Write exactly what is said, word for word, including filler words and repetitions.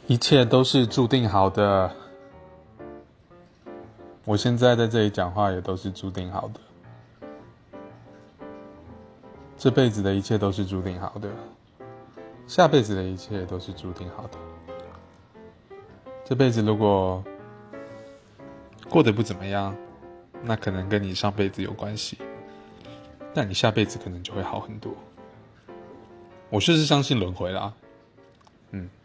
一切都是注定好的。我现在在这里讲话也都是注定好的。这辈子的一切都是注定好的，下辈子的一切都是注定好的。这辈子如果过得不怎么样，那可能跟你上辈子有关系，但你下辈子可能就会好很多。我就是相信轮回啦，嗯。